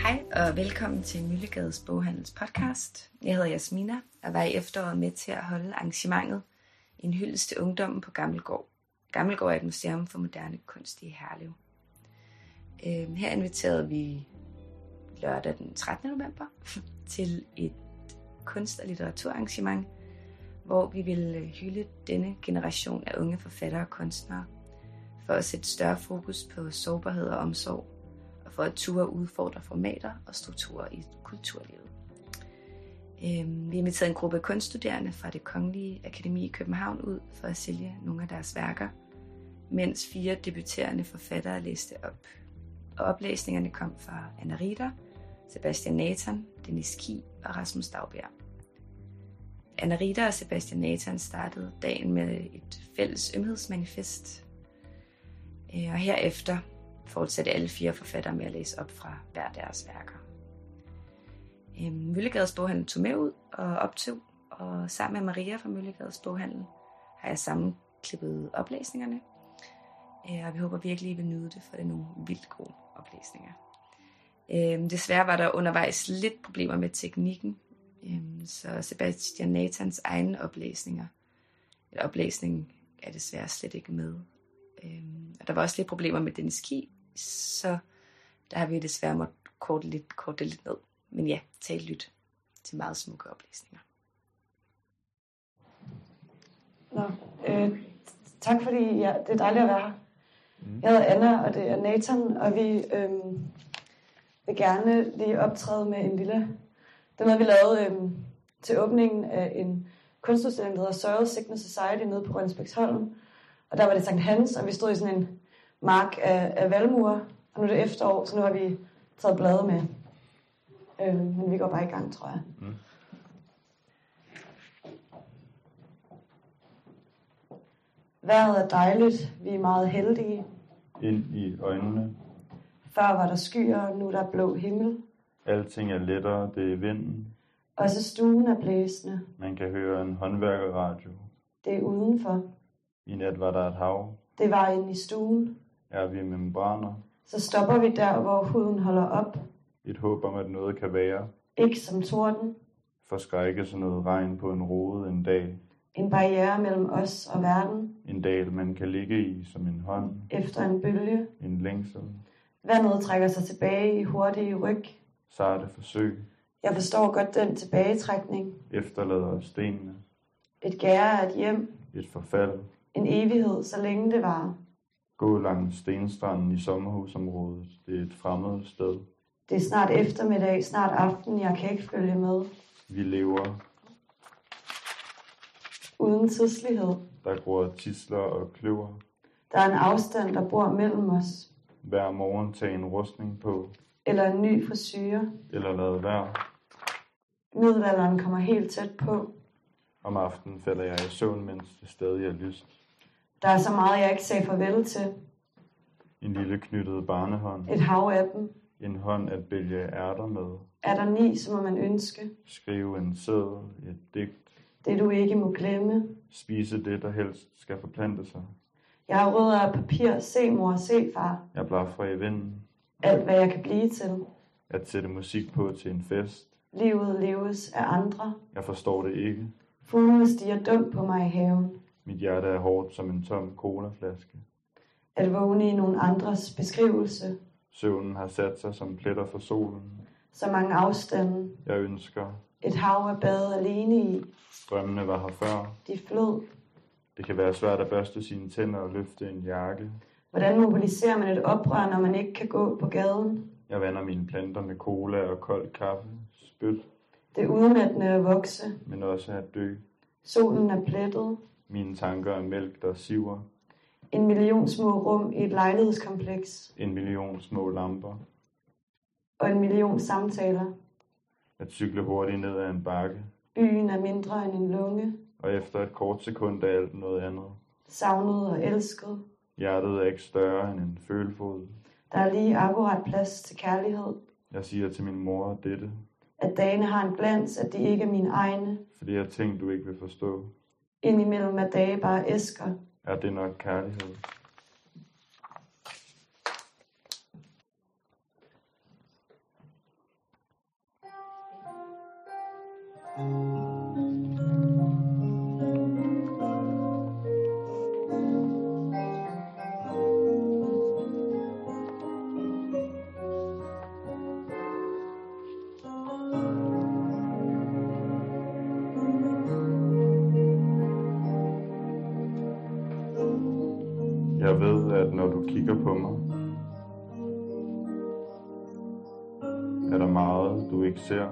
Hej og velkommen til Møllegades Boghandels podcast. Jeg hedder Jasmina og var i efteråret med til at holde arrangementet En hyldest til ungdommen på Gammelgård. Gammelgård er et museum for moderne kunst i Herlev. Her inviterede vi lørdag den 13. november til et kunst- og litteraturarrangement, hvor vi ville hylde denne generation af unge forfattere og kunstnere for at sætte større fokus på sårbarhed og omsorg, og for at ture udfordre formater og strukturer i kulturlivet. Vi inviterede en gruppe kunststuderende fra Det Kongelige Akademi i København ud for at sælge nogle af deres værker, mens 4 debuterende forfattere læste op. Og oplæsningerne kom fra Anna Ritter, Sebastian Nathan, Dennis Ki og Rasmus Daugbjerg. Anna Ritter og Sebastian Nathan startede dagen med et fælles ømhedsmanifest, og herefter fortsatte alle 4 forfattere med at læse op fra hver deres værker. Møllegades Boghandel tog med ud og optog, og sammen med Maria fra Møllegades Boghandel har jeg sammenklippet oplæsningerne, og vi håber virkelig, I vil nyde det, for det er nogle vildt gode oplæsninger. Desværre var der undervejs lidt problemer med teknikken, så Sebastian Nathans egne oplæsning er desværre slet ikke med. Og der var også lidt problemer med Dennis Ki, så der har vi desværre måttet korte lidt ned. Men ja, lyt til meget smukke oplæsninger. Tak fordi det er dejligt at være her. Jeg hedder Anna, og det er Nathan, og vi vil gerne lige optræde med en lille... Det er noget, vi lavede til åbningen af en kunstudstilling, der hedder Soil Sickness Society nede på Rønsbæksholm. Og der var det Sankt Hans, og vi stod i sådan en mark af valmuer. Og nu er det efterår, så nu har vi taget blade med. Men vi går bare i gang, tror jeg. Vejret er dejligt. Vi er meget heldige. Ind i øjnene. Før var der skyer, nu er der blå himmel. Alting er lettere, det er vinden. Også stuen er blæsende. Man kan høre en håndværkerradio. Det er udenfor. I nat var der et hav. Det var inde i stuen. Er vi membraner? Så stopper vi der, hvor huden holder op. Et håb om, at noget kan være. Ikke som torden. Forskrække sådan noget regn på en rode en dag. En barriere mellem os og verden. En dal, man kan ligge i som en hånd. Efter en bølge. En længsel. Vandet trækker sig tilbage i hurtige ryg. Sarte forsøg. Jeg forstår godt den tilbagetrækning. Efterlader stenene. Et gære af et hjem. Et forfald. En evighed, så længe det varer. Gå langs stenstranden i sommerhusområdet. Det er et fremmed sted. Det er snart eftermiddag, snart aften, jeg kan ikke følge med. Vi lever. Uden tidslighed. Der gror tisler og kløver. Der er en afstand, der bor mellem os. Hver morgen tage en rustning på. Eller en ny frisyre. Eller lade være. Middelalderen kommer helt tæt på. Om aftenen falder jeg i søvn, mens det stadig er lyst. Der er så meget, jeg ikke sagde farvel til. En lille knyttet barnehånd. Et hav af dem. En hånd at bælge ærter med. Er der 9, så må man ønske. Skrive en seddel, et digt. Det du ikke må glemme. Spise det, der helst skal forplante sig. Jeg har rødder af papir. Se mor, se far. Jeg blafrer i vinden. Alt hvad jeg kan blive til. At sætte musik på til en fest. Livet leves af andre. Jeg forstår det ikke. Fuglene stiger dumt på mig i haven. Mit hjerte er hårdt som en tom colaflaske. At vågne i nogen andres beskrivelse. Søvnen har sat sig som pletter for solen. Så mange afstande. Jeg ønsker. Et hav af bade alene i. Drømmene var her før. De flød. Det kan være svært at børste sine tænder og løfte en jakke. Hvordan mobiliserer man et oprør, når man ikke kan gå på gaden? Jeg vander mine planter med cola og kold kaffe. Spyt. Det er udmattende at vokse. Men også at dø. Solen er plettet. Mine tanker er mælk, der siver. 1 million små rum i et lejlighedskompleks. 1 million små lamper. Og 1 million samtaler. At cykle hurtigt ned ad en bakke. Byen er mindre end en lunge. Og efter et kort sekund er alt noget andet. Savnet og elsket. Hjertet er ikke større end en følefod. Der er lige akkurat plads til kærlighed. Jeg siger til min mor dette. At dagene har en glans, at de ikke er mine egne. Fordi jeg ting, du ikke vil forstå. Indimellem er dage bare æsker. Er det nok kærlighed? kigger på mig? Er der meget, du ikke ser?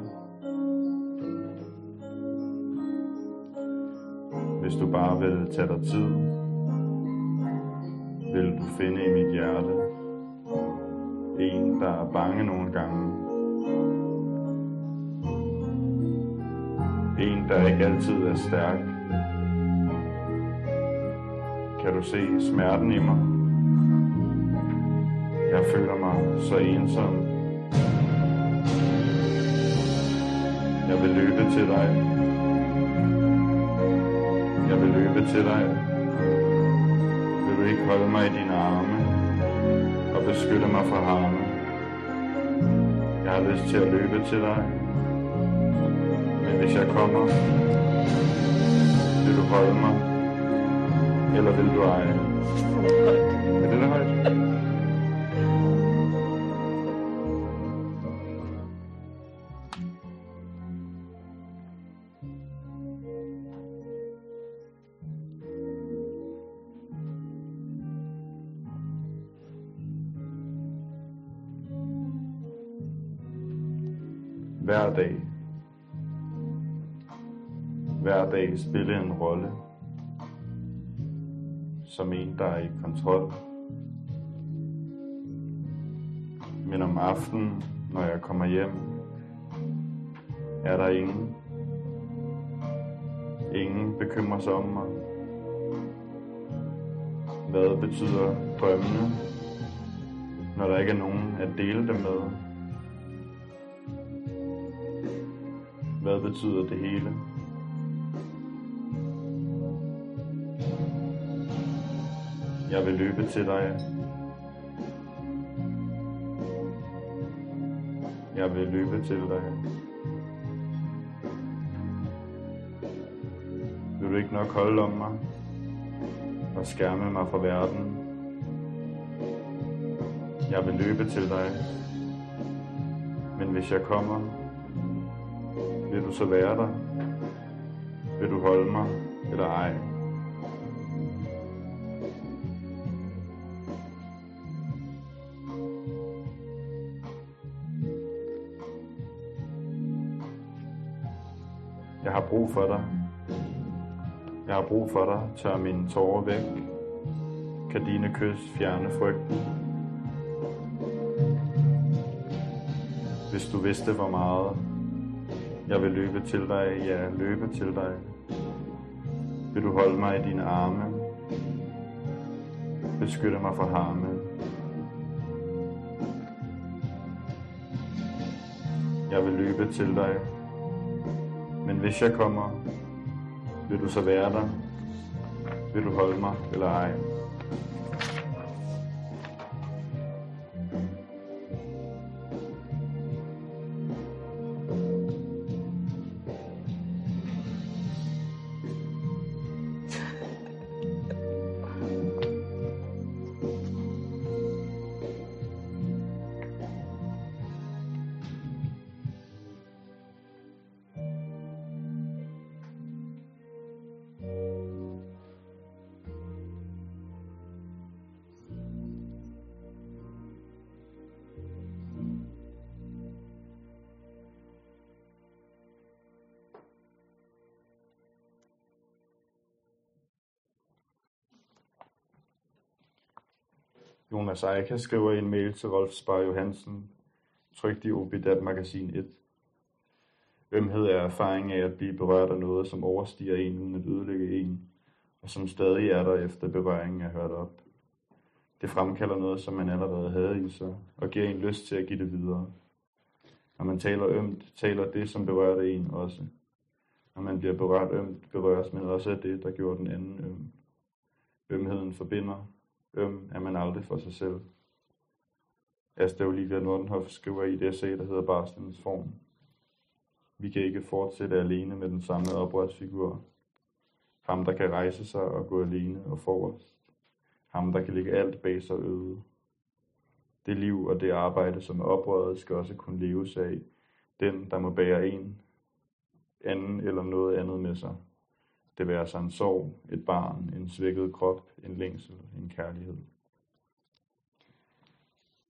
Hvis du bare vil tage dig tid, vil du finde i mit hjerte en, der er bange nogle gange. En, der ikke altid er stærk. Kan du se smerten i mig? Jeg føler mig så ensom. Jeg vil løbe til dig. Jeg vil løbe til dig. Vil du ikke holde mig i dine arme og beskytte mig fra harme? Jeg har lyst til at løbe til dig. Men hvis jeg kommer, vil du holde mig? Eller vil du eje? Er det højt? Hver dag spille en rolle som en, der er i kontrol. Men om aftenen, når jeg kommer hjem, er der ingen. Ingen bekymrer sig om mig. Hvad betyder drømmene, når der ikke er nogen at dele dem med? Hvad betyder det hele? Jeg vil løbe til dig. Jeg vil løbe til dig. Vil du ikke nok holde om mig og skærme mig fra verden? Jeg vil løbe til dig. Men hvis jeg kommer, vil du så være der? Vil du holde mig eller ej? Jeg har brug for dig. Jeg har brug for dig. Tør mine tårer væk. Kan dine kys fjerne frygten? Hvis du vidste hvor meget jeg vil løbe til dig, ja, løbe til dig. Vil du holde mig i dine arme? Beskytte mig fra harme? Jeg vil løbe til dig. Men hvis jeg kommer, vil du så være der? Vil du holde mig eller ej? Jonas Eika skriver i en mail til Rolf Spar Johansen, trykt i Obidat Magasin 1. Ømhed er erfaring af at blive berørt af noget, som overstiger en uden at ødelægge en, og som stadig er der efter berøringen er hørt op. Det fremkalder noget, som man allerede havde i sig, og giver en lyst til at give det videre. Når man taler ømt, taler det, som berørte en også. Når man bliver berørt ømt, berøres man også af det, der gjorde den anden øm. Ømheden forbinder. Øm er man aldrig for sig selv. Asta Olivia Nordenhoff skriver i et essay, der hedder Barslens form. Vi kan ikke fortsætte alene med den samme oprørsfigur. Ham, der kan rejse sig og gå alene og forrest. Ham, der kan lægge alt bag sig øde. Det liv og det arbejde, som er oprøret, skal også kunne leves af den, der må bære en anden eller noget andet med sig. Det være sig en sorg, et barn, en svækket krop, en længsel, en kærlighed.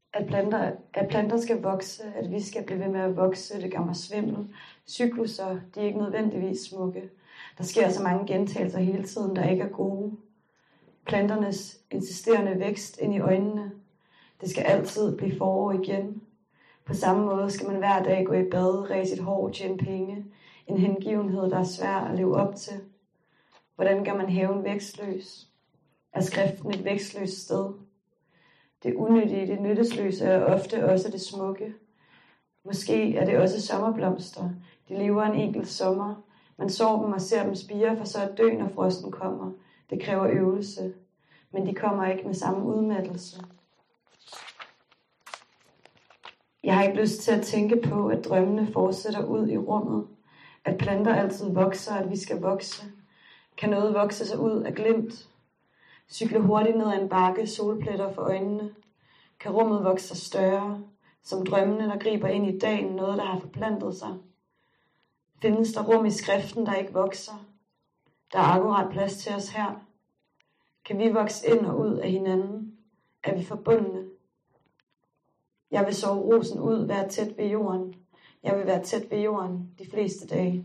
at planter skal vokse, at vi skal blive ved med at vokse, det gør mig svimmel. Cykluser, de er ikke nødvendigvis smukke. Der sker så mange gentagelser hele tiden, der ikke er gode. Planternes insisterende vækst ind i øjnene. Det skal altid blive forår igen. På samme måde skal man hver dag gå i bad, ræse sit hår, tjene penge. En hengivenhed, der er svær at leve op til. Hvordan gør man haven vækstløs? Er skriften et vækstløst sted? Det unyttige, det nyttesløse er ofte også det smukke. Måske er det også sommerblomster. De lever en enkelt sommer. Man sår dem og ser dem spire, for så at dø, når frosten kommer. Det kræver øvelse. Men de kommer ikke med samme udmattelse. Jeg har ikke lyst til at tænke på, at drømmene fortsætter ud i rummet. At planter altid vokser, at vi skal vokse. Kan noget vokse sig ud af glimt? Cykle hurtigt ned ad en bakke, solpletter for øjnene. Kan rummet vokse sig større, som drømmene, der griber ind i dagen, noget, der har forplantet sig? Findes der rum i skriften, der ikke vokser? Der er akkurat plads til os her. Kan vi vokse ind og ud af hinanden? Er vi forbundne? Jeg vil sove rosen ud, være tæt ved jorden. Jeg vil være tæt ved jorden de fleste dage.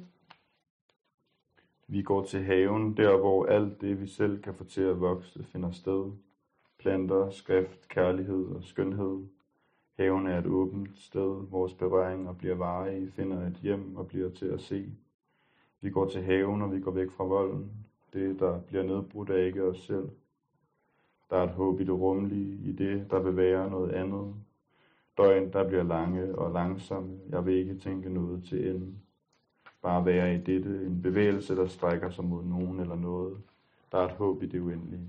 Vi går til haven, der hvor alt det, vi selv kan få til at vokse, finder sted. Planter, skrift, kærlighed og skønhed. Haven er et åbent sted, vores berøringer bliver varige, finder et hjem og bliver til at se. Vi går til haven, og vi går væk fra volden. Det, der bliver nedbrudt, er ikke os selv. Der er et håb i det rumlige, i det, der vil være noget andet. Døgn, der bliver lange og langsomme. Jeg vil ikke tænke noget til enden. Bare være i dette, en bevægelse, der strækker sig mod nogen eller noget. Der er et håb i det uendelige.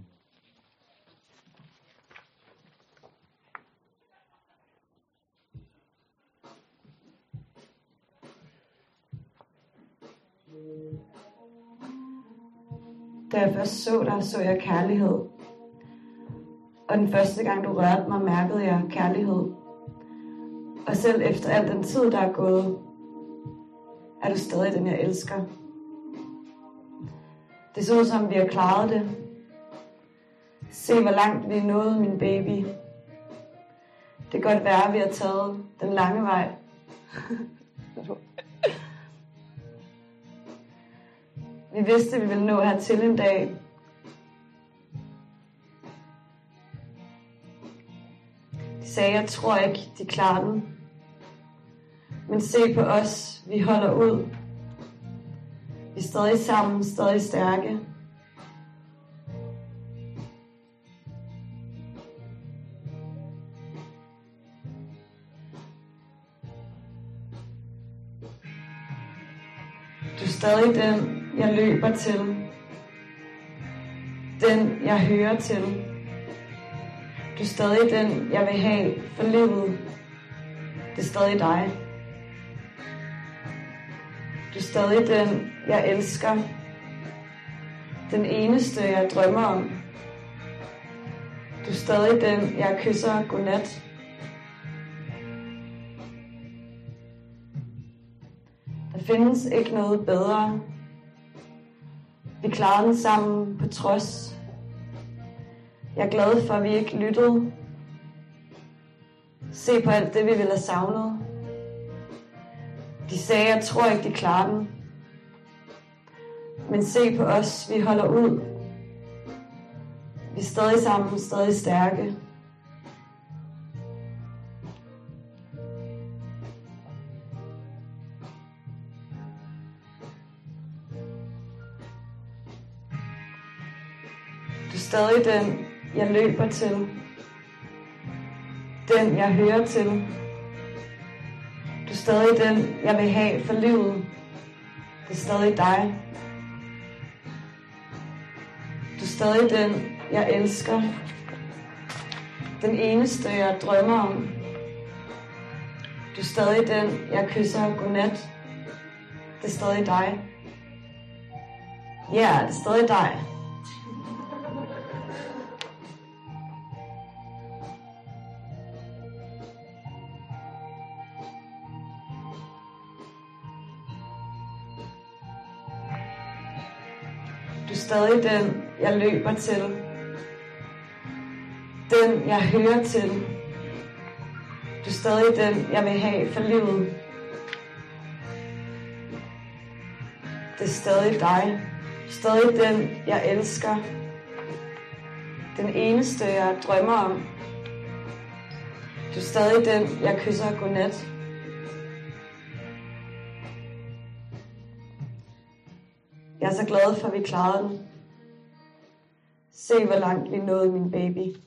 Da jeg først så dig, så jeg kærlighed. Og den første gang du rørte mig, mærkede jeg kærlighed. Og selv efter al den tid, der er gået, er du stadig den, jeg elsker. Det så ud som, vi har klaret det. Se, hvor langt vi er nået, min baby. Det kan godt være, at vi har taget den lange vej. Vi vidste, at vi ville nå hertil en dag. De sagde, jeg tror ikke, de klarer den. Men se på os, vi holder ud. Vi er stadig sammen, stadig stærke. Du er stadig den, jeg løber til. Den, jeg hører til. Du er stadig den, jeg vil have for livet. Det er stadig dig. Du er stadig den, jeg elsker. Den eneste, jeg drømmer om. Du er stadig den, jeg kysser godnat. Der findes ikke noget bedre. Vi klarede den sammen på trods. Jeg er glad for, at vi ikke lyttede. Se på alt det, vi ville have savnet. De sagde, jeg tror ikke, de klarer den. Men se på os, vi holder ud. Vi er stadig sammen, stadig stærke. Du er stadig den, jeg løber til. Den, jeg hører til. Du er stadig den, jeg vil have for livet. Det er stadig dig. Du er stadig den, jeg elsker. Den eneste, jeg drømmer om. Du er stadig den, jeg kysser godnat. Det er stadig dig. Ja, det er stadig dig. Du er stadig den, jeg løber til. Den, jeg hører til. stadig den, jeg vil have for livet. Det er stadig dig. Stadig den, jeg elsker. Den eneste, jeg drømmer om. Du er stadig den, jeg kysser godnat. Jeg er så glad for, at vi klarede den. Se, hvor langt vi nåede, min baby.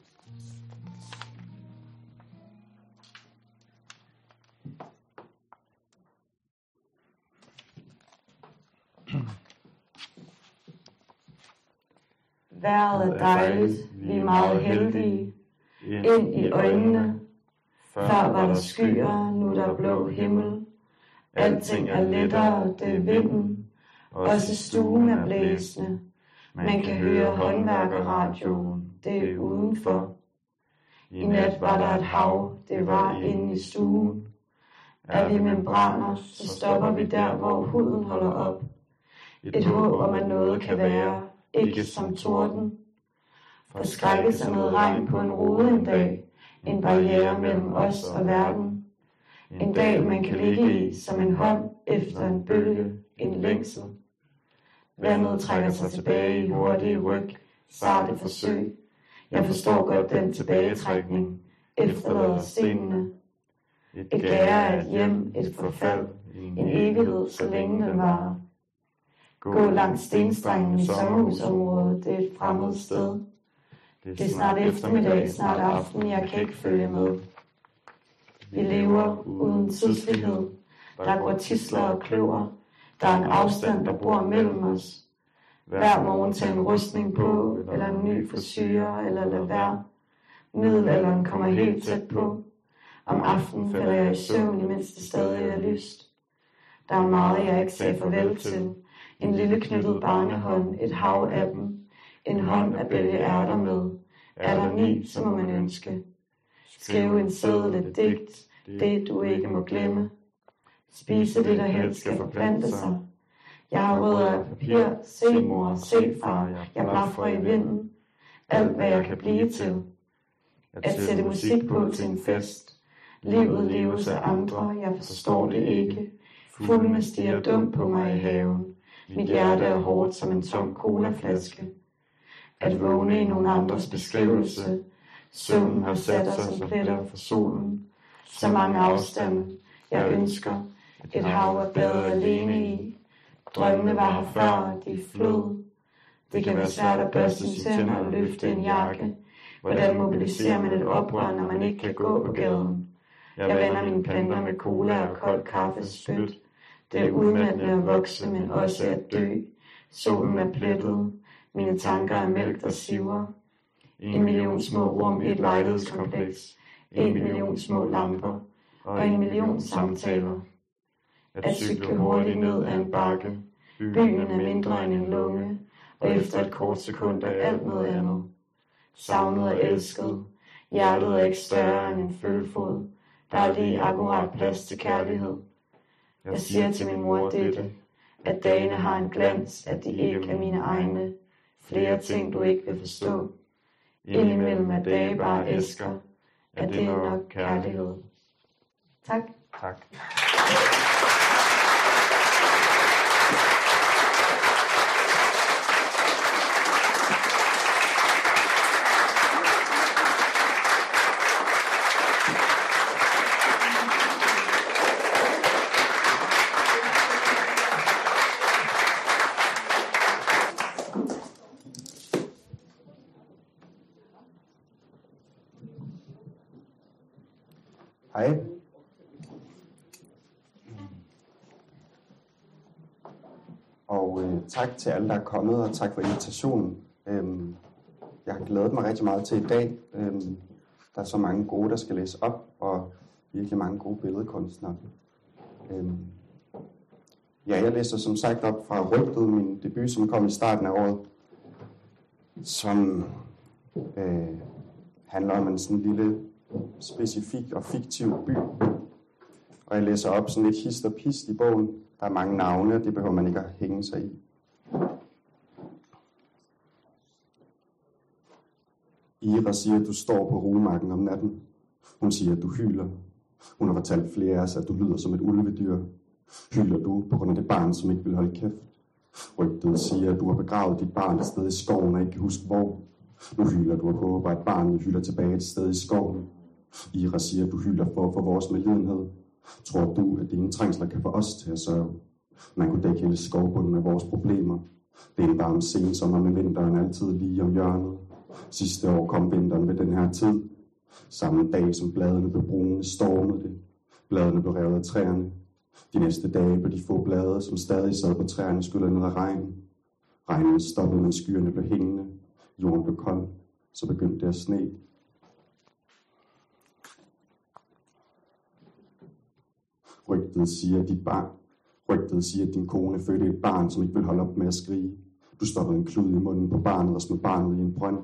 Vejret er dejligt, vi er meget heldige. Ind i øjnene. Før var der skyer, nu er der blå himmel. Alting er lettere, det er vinden. Også stuen er blæsende. Man kan høre håndværkerradioen, det er udenfor. I nat var der et hav, det var inde i stuen. Er vi membraner, så stopper vi der, hvor huden holder op. Et håb om, at noget kan være, ikke som torden. Forskrækkelse med regn på en rude en dag, en barriere mellem os og verden. En dag, man kan ligge i som en hånd efter en bølge, en længsel. Vandet trækker sig tilbage i hurtige ryg, sarte forsøg. Jeg forstår godt den tilbagetrækning, efterlader stenene. Et gære er et hjem, et forfald, en evighed, så længe den varer. Gå langs stenstrengen i sommerhusområdet, det er et fremmed sted. Det er snart eftermiddag, snart aften, jeg kan ikke følge med. Vi lever uden tidslighed, der går tisler og kløver. Der er en afstand, der bor mellem os. Hver morgen tage en rustning på, eller en ny frisyre, eller lade være. Middelalderen kommer helt tæt på. Om aftenen falder jeg i søvn, imens det stadig er lyst. Der er meget, jeg ikke sagde farvel til. En lille knyttet barnehånd, et hav af dem. En hånd at bælge ærter med. Er der 9, så må man ønske. Skrive en seddel, et digt, det du ikke må glemme. Spise det, der helst skal forplante sig. Jeg har rødder af papir, se mor, se far, jeg blaffer i vinden. Alt hvad jeg kan blive til. At sætte musik på til en fest. Livet leves af andre, jeg forstår det ikke. Fuglene stiger dumt på mig i haven. Mit hjerte er hårdt som en tom colaflaske. At vågne i nogle andres beskrivelse. Søvnen har sat sig som pletter for solen. Så mange afstande, jeg ønsker. Et hav af bade alene i. Drømmene var her før, de flød. Det kan være svært at børste sine tænder og løfte en jakke. Hvordan mobiliserer man et oprør, når man ikke kan gå på gaden? Jeg vander mine planter med cola og kold kaffe spyt. Det er udmattende at vokse, men også at dø. Solen er plettet. Mine tanker er mælk, der siver. 1 million små rum i et lejlighedskompleks. 1 million små lamper. Og 1 million samtaler. At cykle hurtigt ned ad en bakke. Byen er mindre end en lunge. Og efter et kort sekund er alt noget andet. Savnet og elsket. Hjertet er ikke større end en følfod. Der er lige akkurat plads til kærlighed. Jeg siger til min mor dette, at dagene har en glans, at de ikke er mine egne. Flere ting, du ikke vil forstå. Indimellem er dage bare æsker, at det er nok kærlighed. Tak. Tak. Hej. Og tak til alle, der er kommet, og tak for invitationen. Jeg har glædet mig rigtig meget til i dag. Der er så mange gode, der skal læse op, og virkelig mange gode billedkunstnere. Jeg læser som sagt op fra Rygtet, min debut, som kom i starten af året, som handler om en sådan lille specifik og fiktiv by. Og jeg læser op sådan lidt hist og pist i bogen. Der er mange navne, og det behøver man ikke at hænge sig i. Ira siger, at du står på rugemarken om natten. Hun siger, at du hyler. Hun har fortalt flere af os, at du lyder som et ulvedyr. Hylder du på grund af det barn, som ikke vil holde kæft? Rygtet siger, at du har begravet dit barn et sted i skoven og ikke kan huske hvor. Nu hylder du og håber, at barnet hylder tilbage et sted i skoven. Ira siger, at du hylder for vores medlidenhed. Tror du, at dine trængsler kan få os til at sørge? Man kunne dække hele skovbunden af vores problemer. Det er en varm sensommer med vinteren altid lige om hjørnet. Sidste år kom vinteren ved den her tid. Samme dag som bladene blev brune, stormede det. Bladene blev revet af træerne. De næste dage blev de få blade, som stadig sad på træerne, skyllet ned af regnen. Regnen stoppede, men skyerne blev hængende. Jorden blev kold, så begyndte det at sne. Rygtet siger, at din kone fødte et barn, som ikke vil holde op med at skrige. Du stoppede en klud i munden på barnet og smed barnet i en brønd.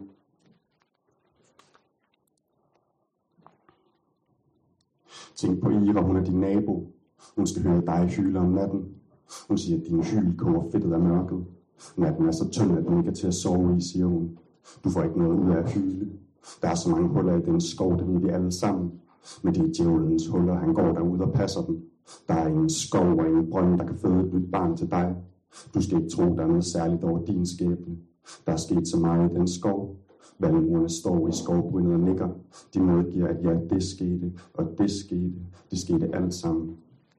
Tænk på Ira, hun er din nabo. Hun skal høre dig hyle om natten. Hun siger, at din hyl koger fedtet af mørket. Natten er så tynd, at den ikke er til at sove i, siger hun. Du får ikke noget ud af at hyle. Der er så mange huller i den skov, det ved vi alle sammen. Men det er djævelens huller, han går derude og passer dem. Der er ingen skov og ingen brønd, der kan føde et nyt barn til dig. Du skal ikke tro, der er noget særligt over din skæbne. Der er sket så meget i den skov. Valmurene står i skovbrynet og nikker. De medgiver, at ja, det skete, og det skete. Det skete alt sammen.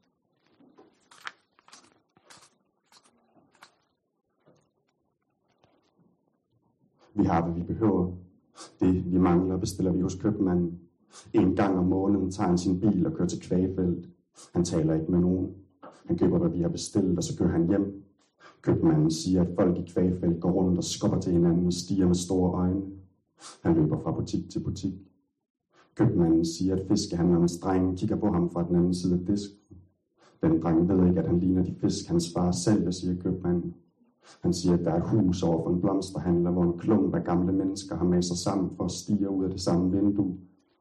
Vi har, hvad vi behøver. Det, vi mangler, bestiller vi hos købmanden. En gang om måneden tager han sin bil og kører til Kvægfelt. Han taler ikke med nogen. Han køber, hvad vi har bestilt, og så kører han hjem. Købmanden siger, at folk i Kvægfelt går rundt og skubber til hinanden og stiger med store øjne. Han løber fra butik til butik. Købmanden siger, at fiskehandlerens dreng kigger på ham fra den anden side af disken. Den dreng ved ikke, at han ligner de fisk, hans far sælger, siger købmanden. Han siger, at der er et hus over for en blomsterhandler, hvor en klump af gamle mennesker har med sig sammen for at stige ud af det samme vindue.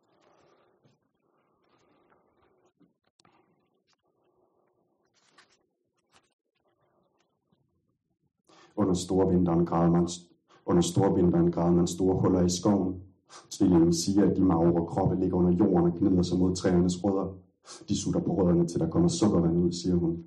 Under storvinteren gravede man store huller i skoven. Tvillingen siger, at de magre kroppe ligger under jorden og gnider sig mod træernes rødder. De sutter på rødderne, til der kommer sukkervand ud, siger hun.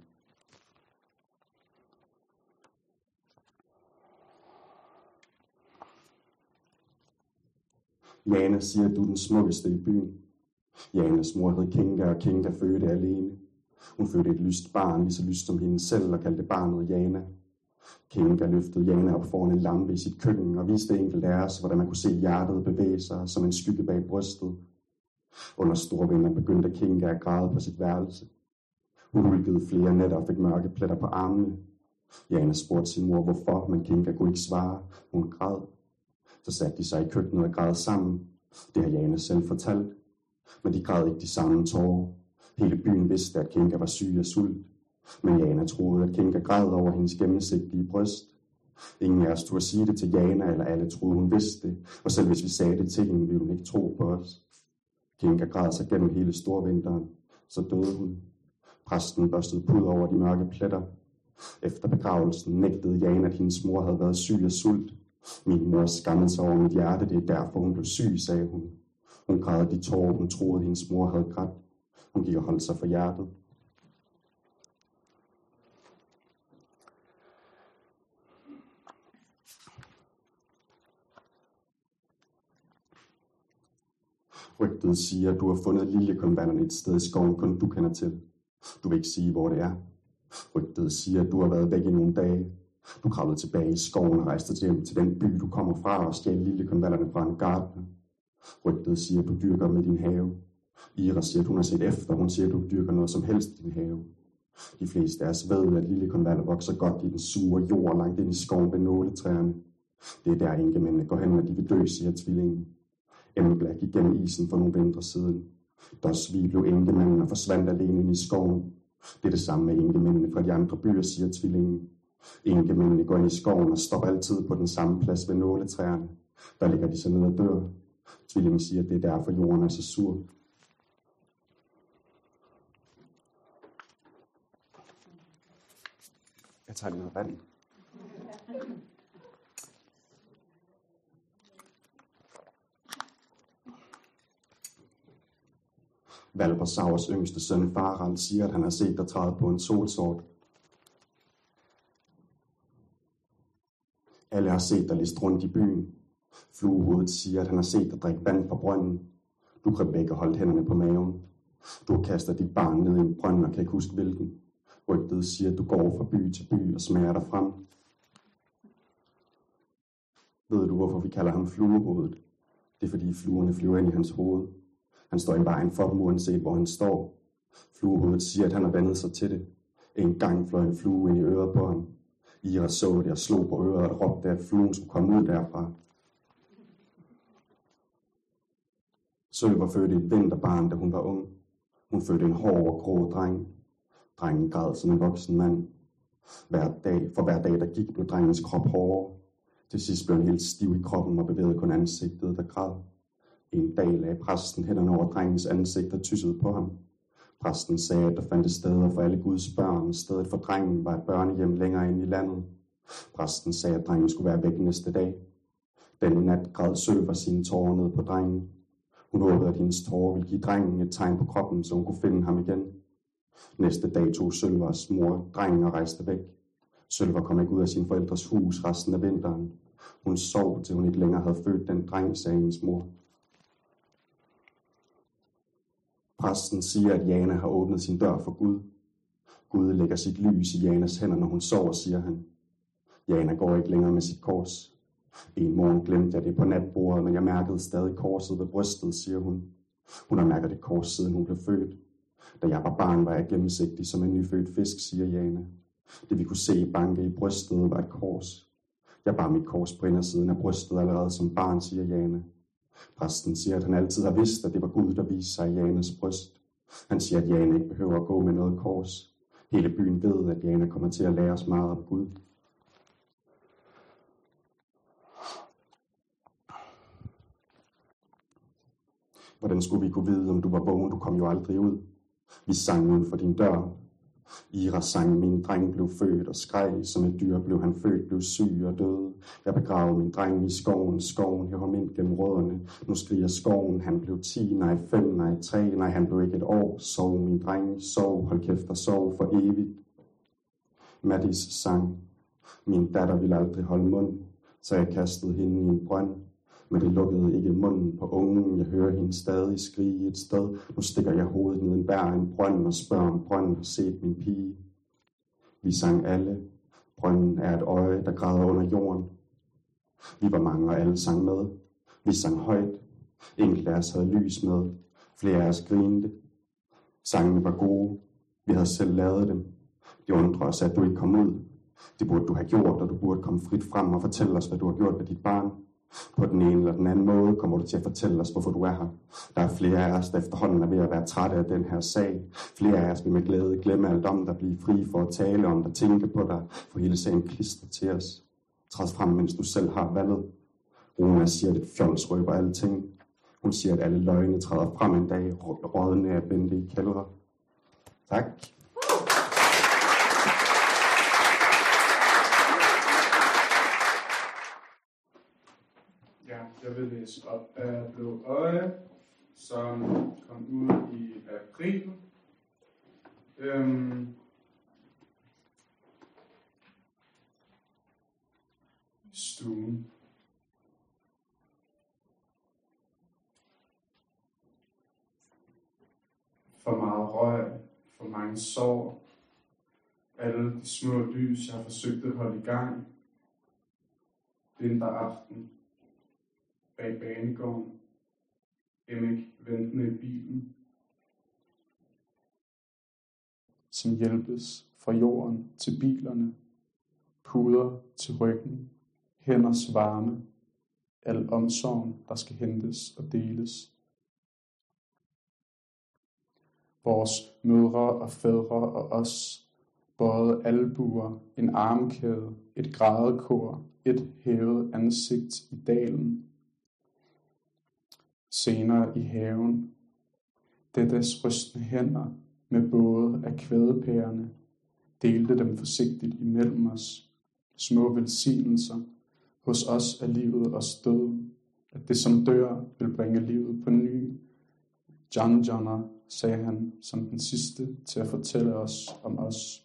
Jana siger, at du er den smukkeste i byen. Janas mor hed Kinga, og Kinga fødte alene. Hun fødte et lyst barn, lige så lyst som hende selv, og kaldte barnet Jana. Kinga løftede Jana op foran en lampe i sit køkken og viste enkelt af os, hvordan man kunne se hjertet bevæge sig som en skygge bag brystet. Under storvinteren begyndte Kinga at græde på sit værelse. Hun hulkede flere nætter og fik mørke pletter på armene. Jana spurgte sin mor hvorfor, men Kinga kunne ikke svare. Hun græd. Så satte de sig i køkkenet og græd sammen. Det har Jana selv fortalt. Men de græd ikke de samme tårer. Hele byen vidste, at Kinga var syg af sult. Men Jana troede, at Kinga græd over hendes gennemsigtige bryst. Ingen af os turde sige det til Jana, eller alle troede, hun vidste det. Og selv hvis vi sagde det til hende, ville hun ikke tro på os. Kinga græd sig gennem hele storvinteren. Så døde hun. Præsten børstede pud over de mørke pletter. Efter begravelsen nægtede Jana, at hendes mor havde været syg af sult. Min mor skammede sig over mit hjerte, det er derfor hun blev syg, sagde hun. Hun græd de tårer, hun troede, hendes mor havde grædt. Hun gik og holdt sig for hjertet. Rygtet siger, at du har fundet liljekonvallerne et sted i skoven, kun du kender til. Du vil ikke sige, hvor det er. Rygtet siger, at du har været væk i nogle dage. Du kravlede tilbage i skoven og rejste hjem til den by, du kommer fra, og stjal liljekonvallerne fra en gartner. Rygtet siger, at du dyrker med din have. Ira siger, at hun har set efter. Hun siger, at du dyrker noget som helst i din have. De fleste af os ved, at liljekonvaller vokser godt i den sure jord langt ind i skoven ved nåletræerne. Det er der enkemændene går hen, når de vil dø, siger tvillingen. Embla gik gennem isen for nogle vintre siden. Dosvi blev enkemanden og forsvandt alene ind i skoven. Det er det samme med enkemændene fra de andre byer, siger tvillingen. Enkemændene går ind i skoven og stopper altid på den samme plads ved nåletræerne. Der ligger de så ned og dør. Tvillingen siger, at det er derfor jorden er så sur. Jeg tager lige noget vand. Albersaurs yngste søn Farald siger, at han har set dig træde på en solsort. Alle har set dig liste rundt i byen. Fluehovedet siger, at han har set dig drikke vand fra brønden. Du kan begge holde hænderne på maven. Du har kastet dit barn ned i en brønd og kan ikke huske hvilken. Rygtet siger, at du går fra by til by og smager dig frem. Ved du, hvorfor vi kalder ham Fluehovedet? Det er, fordi fluerne flyver ind i hans hoved. Han står i vejen for dem, uanset hvor han står. Fluehovedet siger, at han har vendet sig til det. En gang fløj en flue ind i øret på ham. Ira så det og slog på øret og råbte, at fluen skulle komme ud derfra. Sølver fødte et vinterbarn, da hun var ung. Hun fødte en hård og grå dreng. Drengen græd som en voksen mand. Hver dag, der gik, blev drengens krop hårdere. Til sidst blev han helt stiv i kroppen og bevægede kun ansigtet, der græd. En dag lagde præsten hænderne over drengens ansigt og tyssede på ham. Præsten sagde, at der fandtes steder for alle Guds børn. Stedet for drengen var et børnehjem længere inde i landet. Præsten sagde, at drengen skulle være væk næste dag. Denne nat græd Sølver sine tårer ned på drengen. Hun håbede, at hendes tårer ville give drengen et tegn på kroppen, så hun kunne finde ham igen. Næste dag tog Sølvers mor drengen og rejste væk. Sølver kom ikke ud af sin forældres hus resten af vinteren. Hun sov, til hun ikke længere havde født den dreng, sagde hendes mor. Præsten siger, at Jana har åbnet sin dør for Gud. Gud lægger sit lys i Janas hænder, når hun sover, siger han. Jana går ikke længere med sit kors. En morgen glemte jeg det på natbordet, men jeg mærkede stadig korset ved brystet, siger hun. Hun har mærket det kors, siden hun blev født. Da jeg var barn, var jeg gennemsigtig som en nyfødt fisk, siger Jana. Det vi kunne se banke i brystet var et kors. Jeg bar mit kors på indersiden af brystet allerede som barn, siger Jana. Præsten siger, at han altid har vidst, at det var Gud, der viste sig i Janas bryst. Han siger, at Jana ikke behøver at gå med noget kors. Hele byen ved, at Jana kommer til at lære os meget om Gud. Hvordan skulle vi kunne vide, om du var vågen? Du kom jo aldrig ud. Vi sang uden for din dør. Ira sang, min dreng blev født og skreg, som et dyr blev han født, blev syg og døde. Jeg begravede min dreng i skoven, skoven hæver mind gennem rødderne. Nu skriger skoven, han blev 10, nej 5, nej 3, nej han blev ikke et år. Sov min dreng, sov, hold kæft og sov for evigt. Mattis sang, min datter ville aldrig holde mund, så jeg kastede hende i en brønd. Men det lukkede ikke munden på ungen. Jeg hører hende stadig skrige et sted. Nu stikker jeg hovedet ned en brønd og spørger, om brønden har set min pige. Vi sang alle. Brønden er et øje, der græder under jorden. Vi var mange, og alle sang med. Vi sang højt. Enkelte af os havde lys med. Flere af os grinte. Sangene var gode. Vi havde selv lavet dem. Det undrer os, at du ikke kom ud. Det burde du have gjort, og du burde komme frit frem og fortælle os, hvad du har gjort med dit barn. På den ene eller den anden måde kommer du til at fortælle os, hvorfor du er her. Der er flere af os, der efterhånden er ved at være trætte af den her sag. Flere af os vil med glæde glemme alt om dig, blive fri for at tale om dig, tænke på dig, få hele sagen klistret til os. Træd frem, mens du selv har valget. Runa siger, at et fjols røber alle ting. Hun siger, at alle løgne træder frem en dag, rådne af bente i kældre. Tak. Jeg vil læse op af Blå Øje, som kom ud i april. Stuen. For meget røg, for mange sår. Alle de små lys, jeg har forsøgt at holde i gang. Vinteraften. Bag banegården. Emik ventende i bilen. Som hjælpes fra jorden til bilerne. Puder til ryggen. Hænders varme. Al omsorgen, der skal hentes og deles. Vores mødre og fædre og os. Både albuer, en armkæde, et grædekor, et hævet ansigt i dalen. Senere i haven, Dettes rystende hænder med både af kvædepærerne, delte dem forsigtigt imellem os. Små velsignelser, hos os er livet og døden, at det som dør vil bringe livet på ny. John Johnner sagde han som den sidste til at fortælle os om os.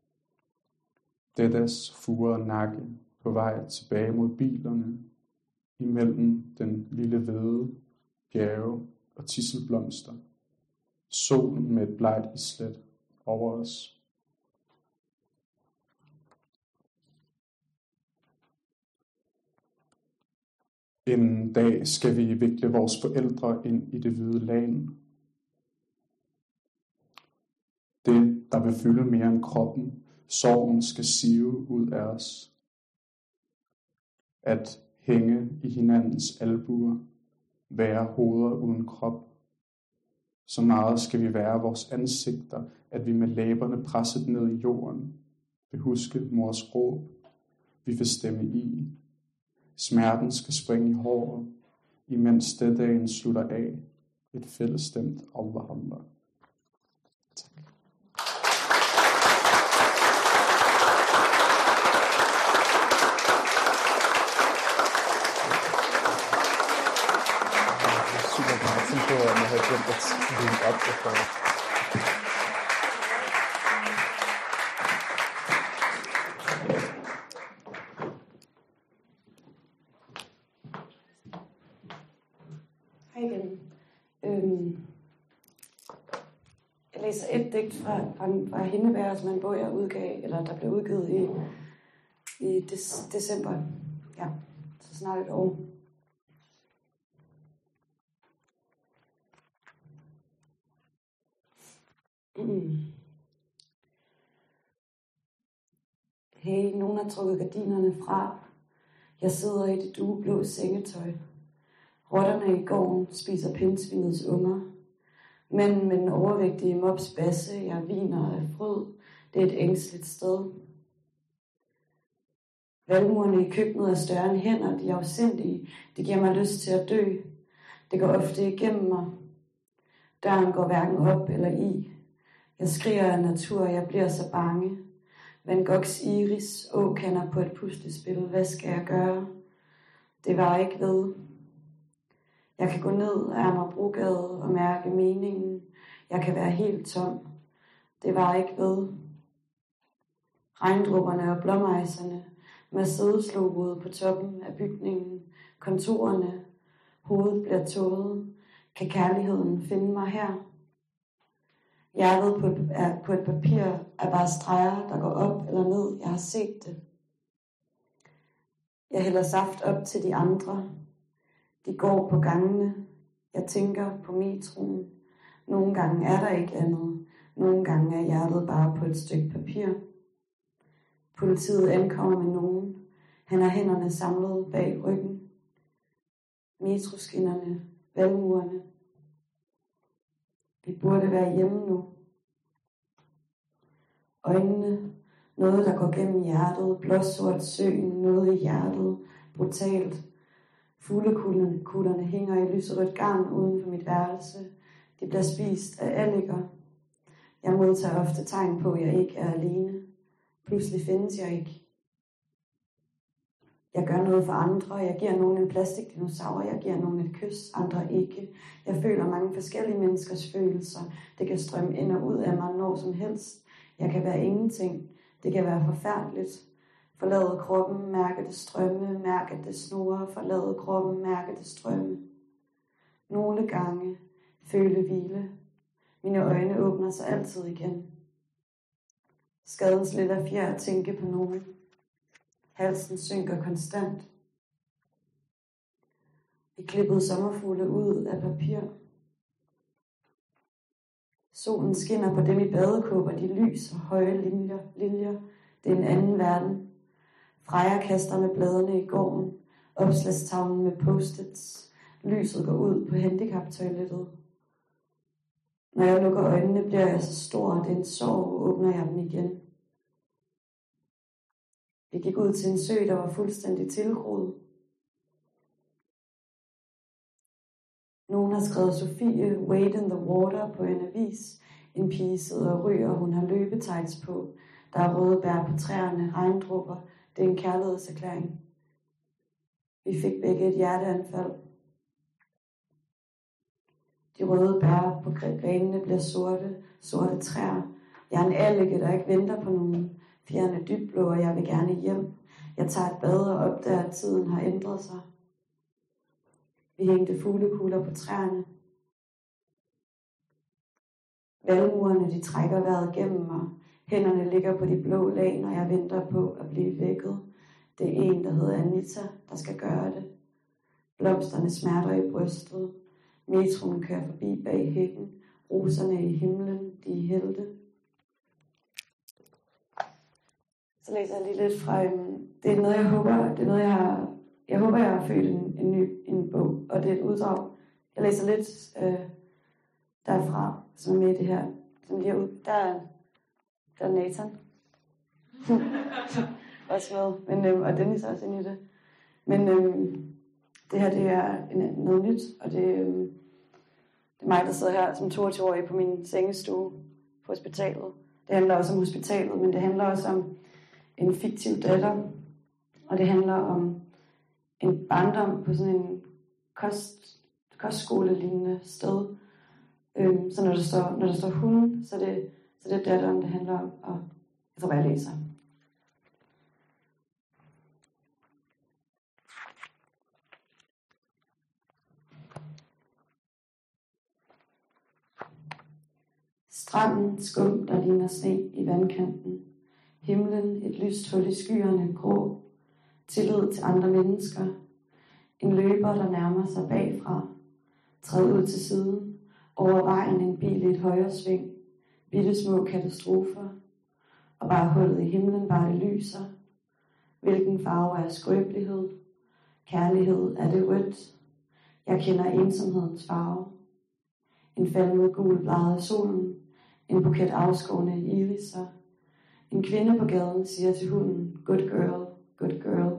Dedas furede nakke på vej tilbage mod bilerne, imellem den lille hvede, bjerge og tisselblomster. Solen med et blegt islet over os. En dag skal vi vikle vores forældre ind i det hvide lagen. Det, der vil fylde mere end kroppen, sorgen skal sive ud af os. At hænge i hinandens albuer, være hoveder uden krop. Så meget skal vi være vores ansigter, at vi med læberne presset ned i jorden vil huske mors råb. Vi vil stemme i. Smerten skal springe i håret, imens det dagen slutter af. Et fællesstemt Allahumma. Tak. Super opmærksom på, at man havde glemt at vinde op for. Hej igen. Jeg læser et digt fra Hindebær, som en bog, jeg udgav, eller der blev udgivet i december. Ja, så snart et år. Hey, nogen har trukket gardinerne fra. Jeg sidder i det dueblå sengetøj. Rotterne i gården spiser pindsvinets unger. Manden med den overvægtige mops basse, jeg viner af fryd. Det er et ængstligt sted. Valmurene i køkkenet er større end hænder, de er afsindige. Det giver mig lyst til at dø. Det går ofte igennem mig. Døren går hverken op eller i. Jeg skriger af natur, jeg bliver så bange. Van Goghs iris, åkander på et puslespil. Hvad skal jeg gøre? Det var ikke ved. Jeg kan gå ned ad Amagerbrogade og mærke meningen. Jeg kan være helt tom. Det var ikke ved. Regndrupperne og blåmejserne, Mercedes-logoet på toppen af bygningen, kontorerne, hovedet bliver tåget. Kan kærligheden finde mig her? Hjertet på et papir er bare streger, der går op eller ned. Jeg har set det. Jeg hælder saft op til de andre. De går på gangene. Jeg tænker på metroen. Nogle gange er der ikke andet. Nogle gange er hjertet bare på et stykke papir. Politiet ankommer med nogen. Han har hænderne samlet bag ryggen. Metroskinnerne, valmurene. Vi burde være hjemme nu. Øjnene, noget der går gennem hjertet, blåsort søen, noget i hjertet, brutalt. Fuglekutterne hænger i lyserødt garn uden for mit værelse. De bliver spist af alliker. Jeg modtager ofte tegn på, at jeg ikke er alene. Pludselig findes jeg ikke. Jeg gør noget for andre. Jeg giver nogen en plastikdinosaur. Jeg giver nogen et kys, andre ikke. Jeg føler mange forskellige menneskers følelser. Det kan strømme ind og ud af mig når som helst. Jeg kan være ingenting. Det kan være forfærdeligt. Forlade kroppen, mærke det strømme, mærke det snore. Forlade kroppen, mærke det strømme. Nogle gange føle hvile. Mine øjne åbner sig altid igen. Skadens lidt af fjer at tænke på nogen. Halsen synker konstant. Vi klippede sommerfugle ud af papir. Solen skinner på dem i badekåber, de lyser høje linjer. Det er en anden verden. Freja kaster med bladene i gården. Opslagstavlen med post-its. Lyset går ud på handicaptoilettet. Når jeg lukker øjnene, bliver jeg så stor, at det er en sorg, åbner jeg dem igen. Vi gik ud til en sø, der var fuldstændig tilgroet. Nogen har skrevet Sofie, Wade in the Water på en avis. En pige sidder og ryger, og hun har løbetights på. Der er røde bær på træerne, regndrupper. Det er en kærlighedserklæring. Vi fik begge et hjerteanfald. De røde bær på grenene bliver sorte træer. Jeg er en allike, der ikke venter på nogen. Fjerne dybblå, og jeg vil gerne hjem. Jeg tager et bad og opdager, at tiden har ændret sig. Vi hængte fuglekugler på træerne. Valmurene, de trækker vejret gennem mig. Hænderne ligger på de blå lag, når jeg venter på at blive vækket. Det er en, der hedder Anita, der skal gøre det. Blomsterne smerter i brystet. Metroen kører forbi bag hækken. Roserne i himlen, de er helte. Så læser jeg lige lidt fra, det er noget, jeg håber, jeg har født en bog, og det er et uddrag. Jeg læser lidt derfra, som er med i det her, som lige er ud. Der er Nathan. også med, men, og Dennis er også inde i det. Men det her, det er noget nyt, og det er mig, der sidder her som 22-årig på min sengestue på hospitalet. Det handler også om hospitalet, men det handler også om en fiktiv datter, og det handler om en barndom på sådan en kostskole-lignende sted. Så når der står hun, så det er datteren, det handler om, og jeg tror, jeg læser. Stranden skum, der ligner sne i vandkanten. Himlen, et lyst hul i skyerne, grå. Tillid til andre mennesker. En løber, der nærmer sig bagfra. Træd ud til siden. Over vejen en bil i et højre sving. Bitte små katastrofer. Og bare hullet i himlen, bare det lyser. Hvilken farve er skrøbelighed? Kærlighed, er det rødt? Jeg kender ensomhedens farve. En falmet gul blad af solen. En buket afskårne iriser. En kvinde på gaden siger til hunden, good girl, good girl.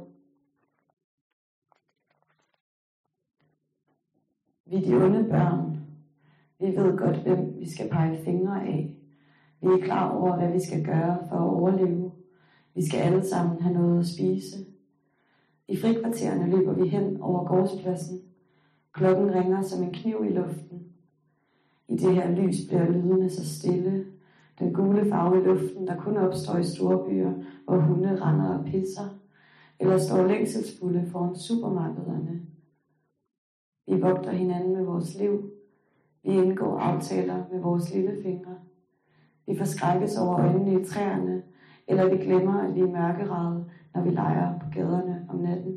Vi er de onde børn. Vi ved godt, hvem vi skal pege fingre af. Vi er klar over, hvad vi skal gøre for at overleve. Vi skal alle sammen have noget at spise. I frikvartererne løber vi hen over gårdspladsen. Klokken ringer som en kniv i luften. I det her lys bliver lydene så stille. Den gule farve i luften, der kun opstår i store byer, hvor hunde render og pisser, eller står længselsfulde foran supermarkederne. Vi vogter hinanden med vores liv. Vi indgår aftaler med vores lillefingre. Vi forskrækkes over øjnene i træerne, eller vi glemmer, at vi er mørkerede, når vi leger på gaderne om natten.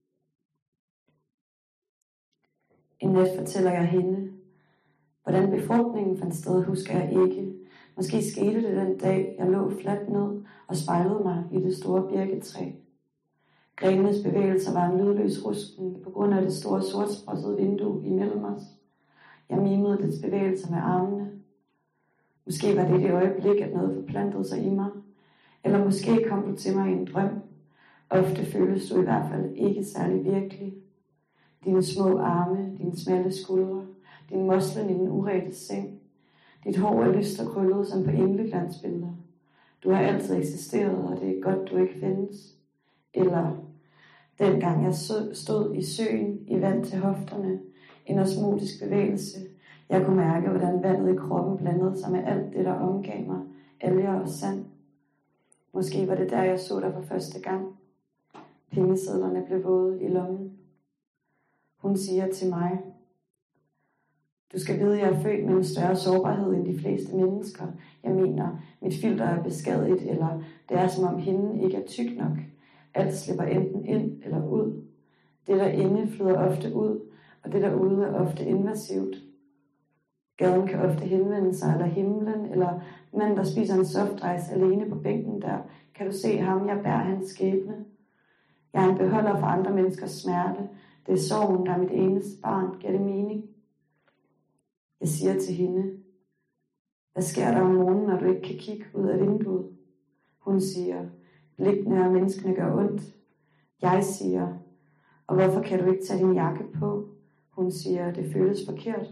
En nat fortæller jeg hende. Hvordan befrugtningen fandt sted, husker jeg ikke. Måske skete det den dag, jeg lå fladt ned og spejlede mig i det store birketræ. Grenenes bevægelser var en lydløs rusten på grund af det store sortsprossede vindue imellem os. Jeg mimede dets bevægelser med armene. Måske var det det øjeblik, at noget forplantede sig i mig. Eller måske kom du til mig i en drøm. Ofte føles du i hvert fald ikke særlig virkelig. Dine små arme, dine smalle skuldre, din moslen i den urette seng. Dit hår er lyst og krøllet som på engleglansbilleder. Du har altid eksisteret, og det er godt, du ikke findes. Eller dengang jeg stod i søen i vand til hofterne, en osmotisk bevægelse. Jeg kunne mærke, hvordan vandet i kroppen blandede sig med alt det, der omgav mig, alger og sand. Måske var det der, jeg så dig for første gang. Pengesedlerne blev våde i lommen. Hun siger til mig, du skal vide, at jeg er født med en større sårbarhed end de fleste mennesker. Jeg mener, mit filter er beskadiget, eller det er som om hinden ikke er tyk nok. Alt slipper enten ind eller ud. Det der inde flyder ofte ud, og det der ude er ofte invasivt. Gaden kan ofte henvende sig, eller himlen, eller manden, der spiser en softice alene på bænken der. Kan du se ham, jeg bærer hans skæbne? Jeg er en beholder for andre menneskers smerte. Det er sorgen, der er mit eneste barn. Giver det mening? Jeg siger til hende, hvad sker der om morgenen, når du ikke kan kigge ud af vinduet? Hun siger, blikkene og menneskene gør ondt. Jeg siger, og hvorfor kan du ikke tage din jakke på? Hun siger, det føles forkert.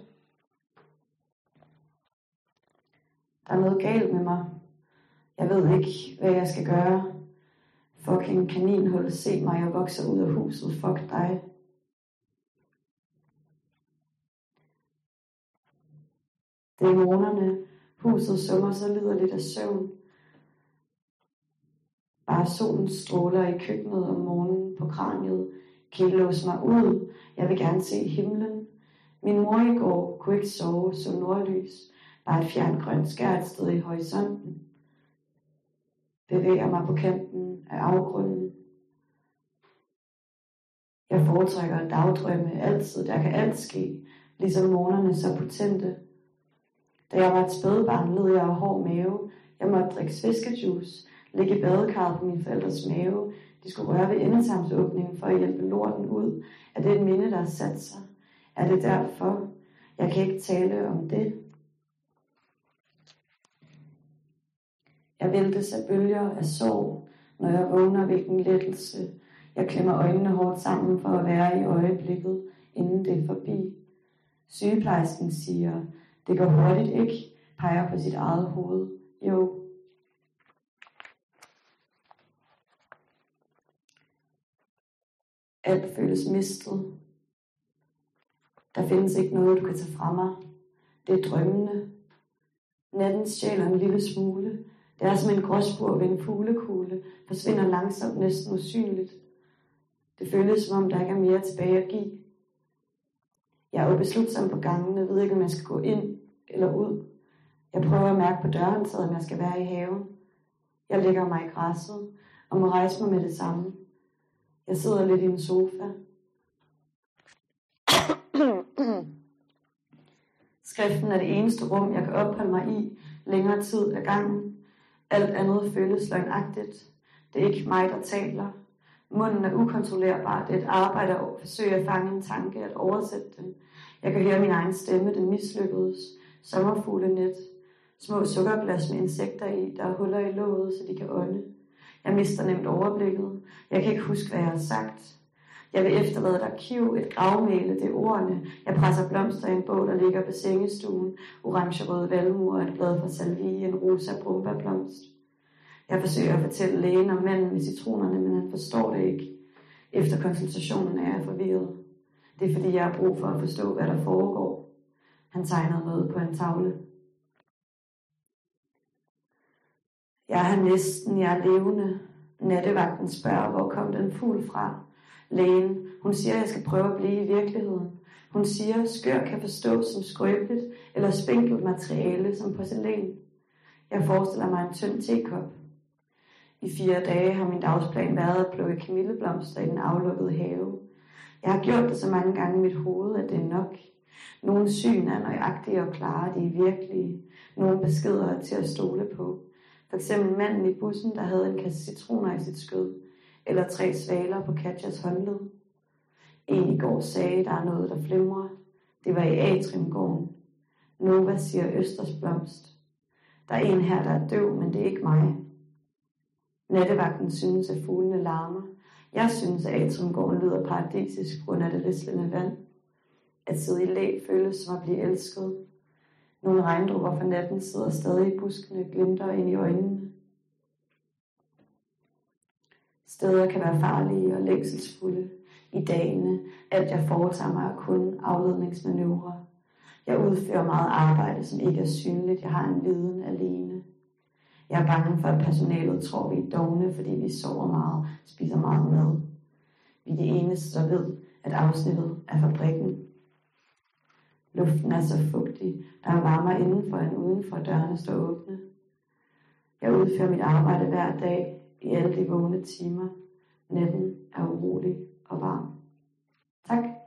Der er noget galt med mig. Jeg ved ikke, hvad jeg skal gøre. Fucking kaninhul, se mig, jeg vokser ud af huset. Fuck dig. Dæmonerne, huset summer så liderligt af søvn. Bare solens stråler i køkkenet om morgenen på kraniet kilås mig ud. Jeg vil gerne se himlen. Min mor i går kunne ikke sove, så nordlys. Bare et fjerngrønt skær et sted i horisonten. Bevæger mig på kanten af afgrunden. Jeg foretrækker dagdrømme altid. Der kan alt ske, ligesom morgenerne så potente. Da jeg var et spædbarn, led jeg af hård mave. Jeg måtte drikke fiskejuice, ligge i badekarret på min forældres mave. De skulle røre ved endetarmsåbningen for at hjælpe lorten ud. Er det et minde, der har sat sig? Er det derfor? Jeg kan ikke tale om det. Jeg væltes af bølger af sorg, når jeg vågner, hvilken lettelse. Jeg klemmer øjnene hårdt sammen for at være i øjeblikket, inden det er forbi. Sygeplejersken siger, det går hurtigt ikke, peger på sit eget hoved. Jo. Alt føles mistet. Der findes ikke noget, du kan tage fra mig. Det er drømmende. Natten stjæler en lille smule. Det er som en gråspur ved en fuglekugle, forsvinder langsomt, næsten usynligt. Det føles, som om der ikke er mere tilbage at give. Jeg er ubeslutsom på gangene, ved ikke, om jeg skal gå ind eller ud. Jeg prøver at mærke på dørhåndtaget, om jeg skal være i haven. Jeg lægger mig i græsset og må rejse mig med det samme. Jeg sidder lidt i en sofa. Skriften er det eneste rum, jeg kan opholde mig i længere tid ad gangen. Alt andet føles løgnagtigt. Det er ikke mig, der taler. Munden er ukontrollerbar. Det er et arbejde at forsøge at fange en tanke, at oversætte den. Jeg kan høre min egen stemme, den mislykkedes. Sommerfuglenet. Små sukkerglas med insekter i, der er huller i låget, så de kan ånde. Jeg mister nemt overblikket. Jeg kan ikke huske, hvad jeg har sagt. Jeg vil efterlade et arkiv, et gravmæle, det er ordene. Jeg presser blomster i en bog, der ligger på sengestuen. Orange-røde valmuer, et blad fra salvie, en rosa brumbablomst. Jeg forsøger at fortælle lægen om manden med citronerne, men han forstår det ikke. Efter konsultationen er jeg forvirret. Det er fordi, jeg har brug for at forstå, hvad der foregår. Han tegner noget på en tavle. Jeg er her næsten, jeg er levende. Nattevagten spørger, hvor kom den fugl fra? Lægen, hun siger, at jeg skal prøve at blive i virkeligheden. Hun siger, at skør kan forstås som skrøbeligt eller spinkelt materiale som porcelæn. Jeg forestiller mig en tynd tekop. I 4 dage har min dagsplan været at plukke kamilleblomster i den aflukkede have. Jeg har gjort det så mange gange i mit hoved, at det er nok. Nogle syn er nøjagtige og klare, de er virkelige. Nogle beskeder er til at stole på. For eksempel manden i bussen, der havde en kasse citroner i sit skød. Eller 3 svaler på Katjas håndled. En i går sagde, der er noget, der flimrer. Det var i Atriumgården. Nova siger Østers blomst. Der er en her, der er døv, men det er ikke mig. Nattevagten synes, at fuglene larmer. Jeg synes, at Atriumgården lyder paradisisk på grund af det rislende vand. At sidde i læ føles som at blive elsket. Nogle regndråber fra natten sidder stadig i buskene, glimter ind i øjnene. Steder kan være farlige og længselsfulde. I dagene, alt jeg foretager mig er kun afledningsmanøvrer. Jeg udfører meget arbejde, som ikke er synligt. Jeg har en viden alene. Jeg er bange for, at personalet tror, vi er dovne, fordi vi sover meget, spiser meget mad. Vi er de eneste, der ved, at afsnittet er fabrikken. Luften er så fugtig, der er varmere indenfor end udenfor, dørene står åbne. Jeg udfører mit arbejde hver dag i alle de vågne timer. Natten er urolig og varm. Tak.